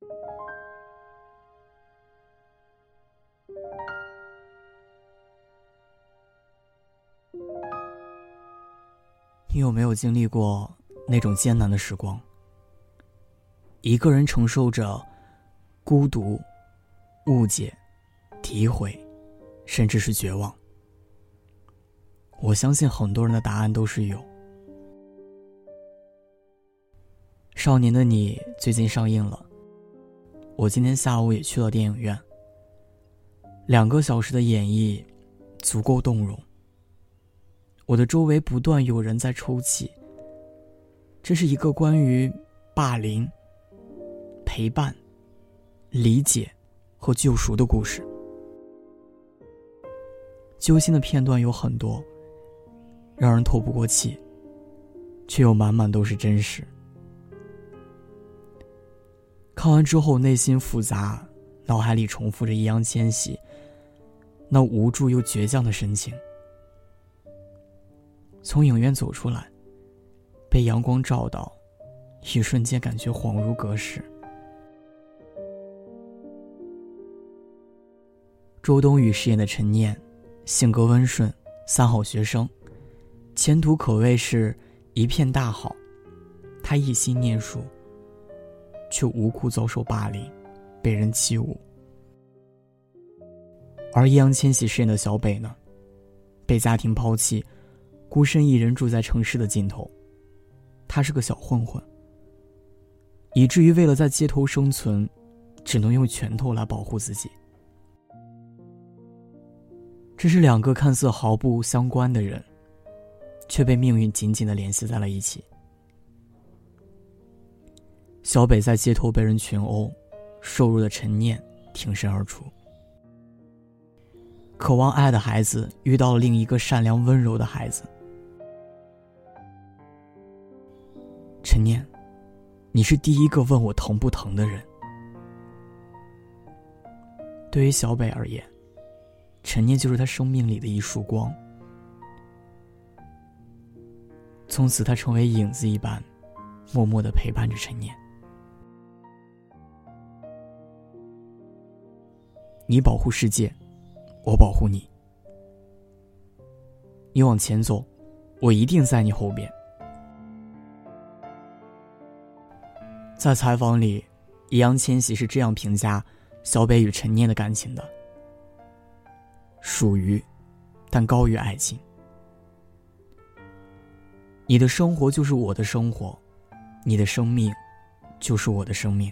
你有没有经历过那种艰难的时光，一个人承受着孤独、误解、诋毁，甚至是绝望？我相信很多人的答案都是有。少年的你最近上映了，我今天下午也去了电影院。2个小时的演绎足够动容，我的周围不断有人在抽泣。这是一个关于霸凌、陪伴、理解和救赎的故事。揪心的片段有很多，让人透不过气，却又满满都是真实。看完之后内心复杂，脑海里重复着易烊千玺那无助又倔强的神情。从影院走出来，被阳光照到，一瞬间感觉恍如隔世。周冬雨饰演的陈念，性格温顺，3好学生，前途可谓是一片大好。他一心念书，却无辜遭受霸凌，被人欺侮。而易烊千玺饰演的小北呢，被家庭抛弃，孤身一人住在城市的尽头。他是个小混混，以至于为了在街头生存，只能用拳头来保护自己。这是2个看似毫不相关的人，却被命运紧紧地联系在了一起。小北在街头被人群殴，瘦弱的陈念挺身而出。渴望爱的孩子遇到了另一个善良温柔的孩子。陈念，你是第一个问我疼不疼的人。对于小北而言，陈念就是他生命里的一束光。从此他成为影子一般，默默地陪伴着陈念。你保护世界，我保护你。你往前走，我一定在你后边。在采访里，易烊千玺是这样评价小北与陈念的感情的：属于，但高于爱情。你的生活就是我的生活，你的生命就是我的生命。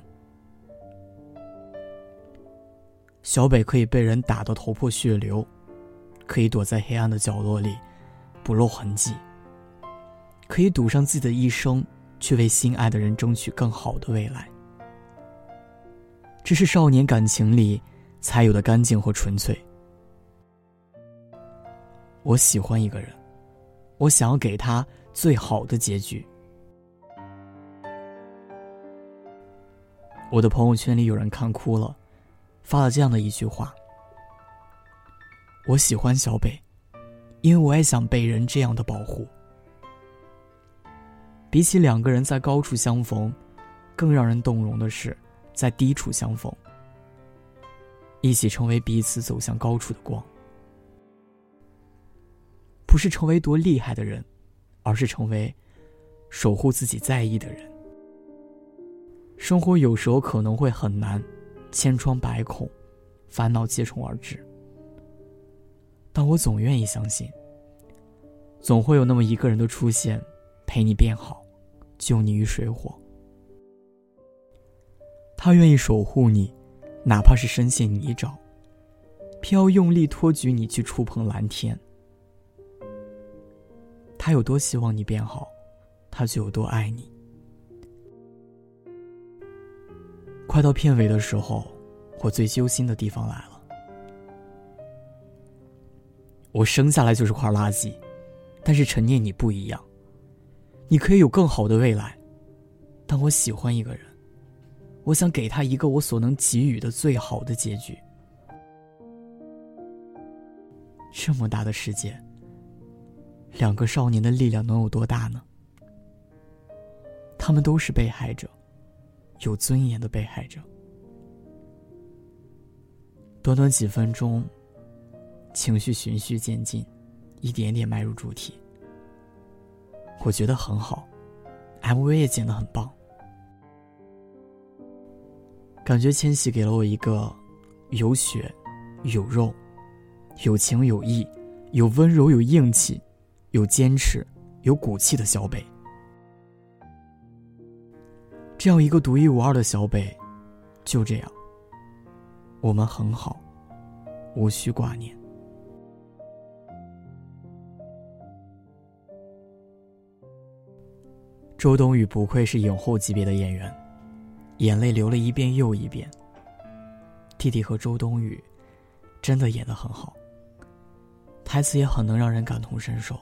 小北可以被人打得头破血流，可以躲在黑暗的角落里不露痕迹，可以赌上自己的一生，去为心爱的人争取更好的未来。这是少年感情里才有的干净和纯粹。我喜欢一个人，我想要给他最好的结局。我的朋友圈里有人看哭了，发了这样的一句话：我喜欢小北，因为我也想被人这样的保护。比起2个人在高处相逢，更让人动容的是在低处相逢，一起成为彼此走向高处的光。不是成为多厉害的人，而是成为守护自己在意的人。生活有时候可能会很难，千疮百孔，烦恼接踵而至，但我总愿意相信，总会有那么一个人的出现，陪你变好，救你于水火。他愿意守护你，哪怕是深陷泥沼，偏要用力托举你去触碰蓝天。他有多希望你变好，他就有多爱你。快到片尾的时候，我最揪心的地方来了。我生下来就是块垃圾，但是陈念你不一样，你可以有更好的未来。但我喜欢一个人，我想给他一个我所能给予的最好的结局。这么大的世界，2个少年的力量能有多大呢？他们都是被害者，有尊严的被害者。 短短几分钟，情绪循序渐进，一点点迈入主题。我觉得很好， MV 也剪得很棒，感觉千玺给了我一个有血有肉，有情有义，有温柔有硬气，有坚持有骨气的小北。这样一个独一无二的小北，就这样，我们很好，无需挂念。周冬雨不愧是影后级别的演员，眼泪流了一遍又一遍。弟弟和周冬雨真的演得很好，台词也很能让人感同身受。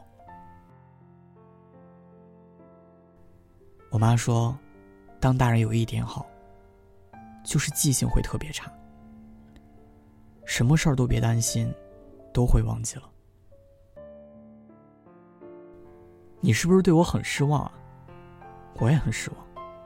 我妈说，当大人有一点好，就是记性会特别差，什么事儿都别担心，都会忘记了。你是不是对我很失望啊？我也很失望。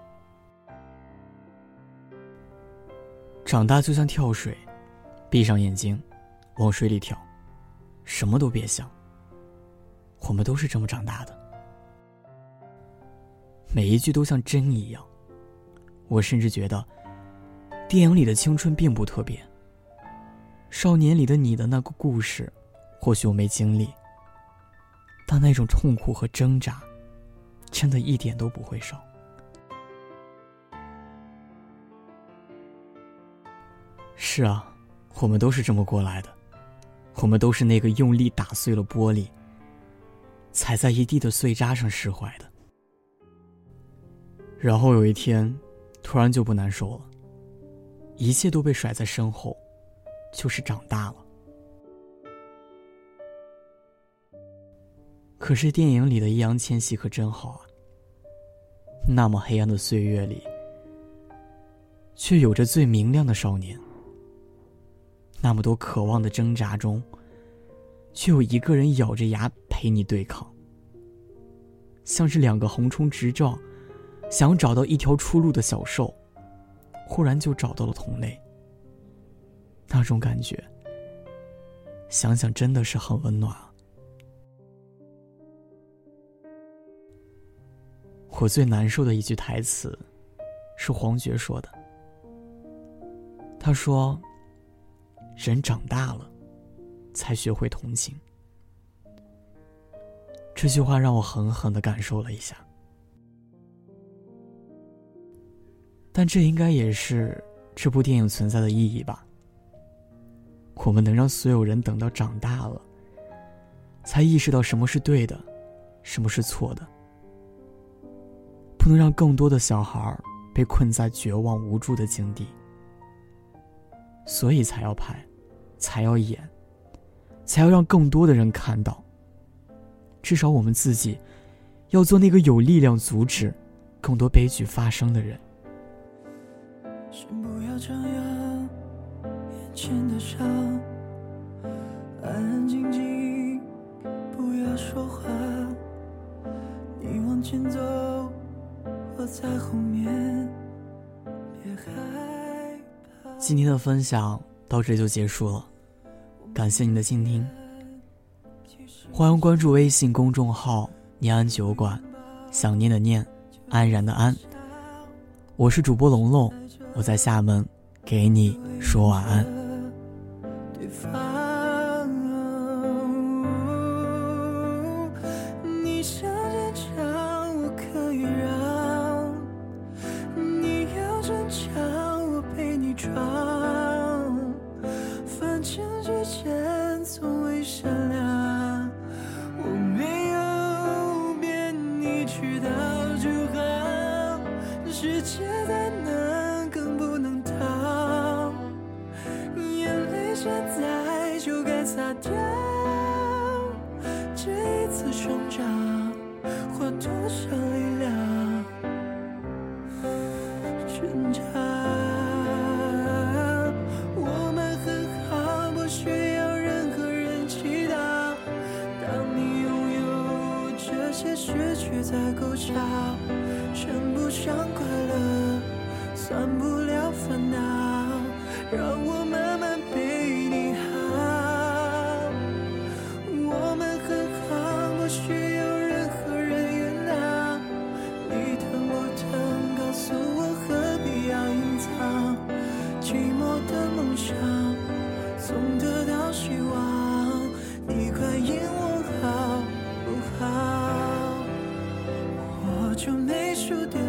长大就像跳水，闭上眼睛，往水里跳，什么都别想。我们都是这么长大的，每一句都像针一样。我甚至觉得，电影里的青春并不特别，少年里的你的那个故事，或许我没经历，但那种痛苦和挣扎，真的一点都不会少。是啊，我们都是这么过来的，我们都是那个用力打碎了玻璃，踩在一地的碎渣上释怀的，然后有一天突然就不难受了，一切都被甩在身后，就是长大了。可是电影里的易烊千玺可真好啊，那么黑暗的岁月里，却有着最明亮的少年。那么多渴望的挣扎中，却有一个人咬着牙陪你对抗，像是两个横冲直撞，想找到一条出路的小兽，忽然就找到了同类。那种感觉，想想真的是很温暖啊。我最难受的一句台词，是黄觉说的。他说，人长大了，才学会同情。这句话让我狠狠地感受了一下。但这应该也是这部电影存在的意义吧。我们能让所有人等到长大了，才意识到什么是对的，什么是错的。不能让更多的小孩被困在绝望无助的境地。所以才要拍，才要演，才要让更多的人看到。至少我们自己要做那个有力量阻止更多悲剧发生的人。 先不要张扬眼前的伤，安安静静，不要说话。你往前走，我在后面，别害怕。 今天的分享到这里就结束了，感谢你的倾听。欢迎关注微信公众号念安酒馆，想念的念，安然的安。我是主播龙龙，我在厦门给你说晚安。 对方，你想坚强我可以让，你要争抢我陪你闯，反正之间从未善良，我没有变，你知道就好，世界再难更不能逃，眼泪现在就该擦掉，这一次成长花多少力量挣扎，我们很好，不需要任何人祈祷，当你拥有这些失去在够呛，称不上快乐，算不了烦恼，让我慢慢被梦想，总得到希望。你快应我好不好？我就没输掉。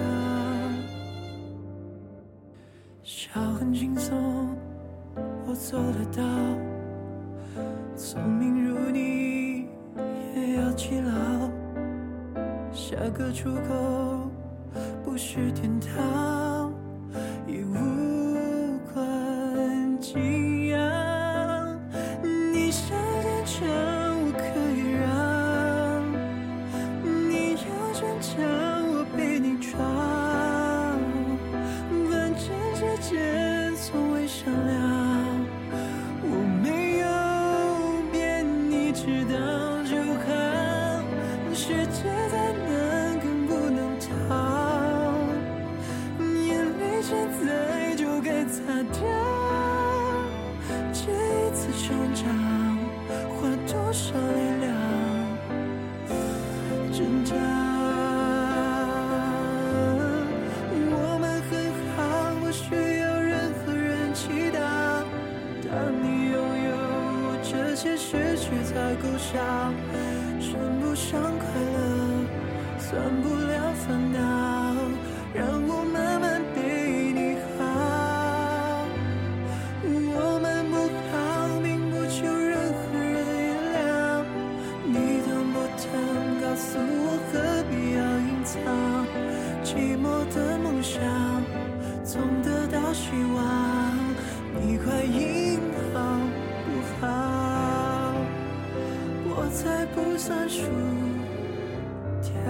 笑很轻松，我做得到。聪明如你，也要记牢。下个出口不是天堂，也无关紧张。你想坚强，我可以让；你要坚强，我陪你闯。反正世界从未善良，我没有变，你知道就好。世界再难，更不能逃。眼泪现在就该擦掉。这一次成长，花多少力量挣扎？我们很好，不需要任何人祈祷。当你拥有这些，失去才够笑。算不上快乐，算不了烦恼，让我慢慢对你好。我们不好，并不求任何人原谅。你疼不疼？告诉我，何必要隐藏？寂寞的梦想，总得到希望。你快应好不好？我才不算输掉。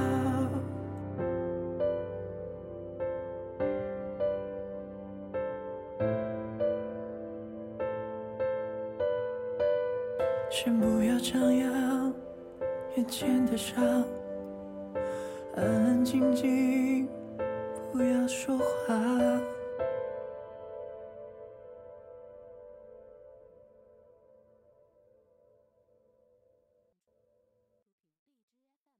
先不要张扬眼前的伤，安安静静，不要说话。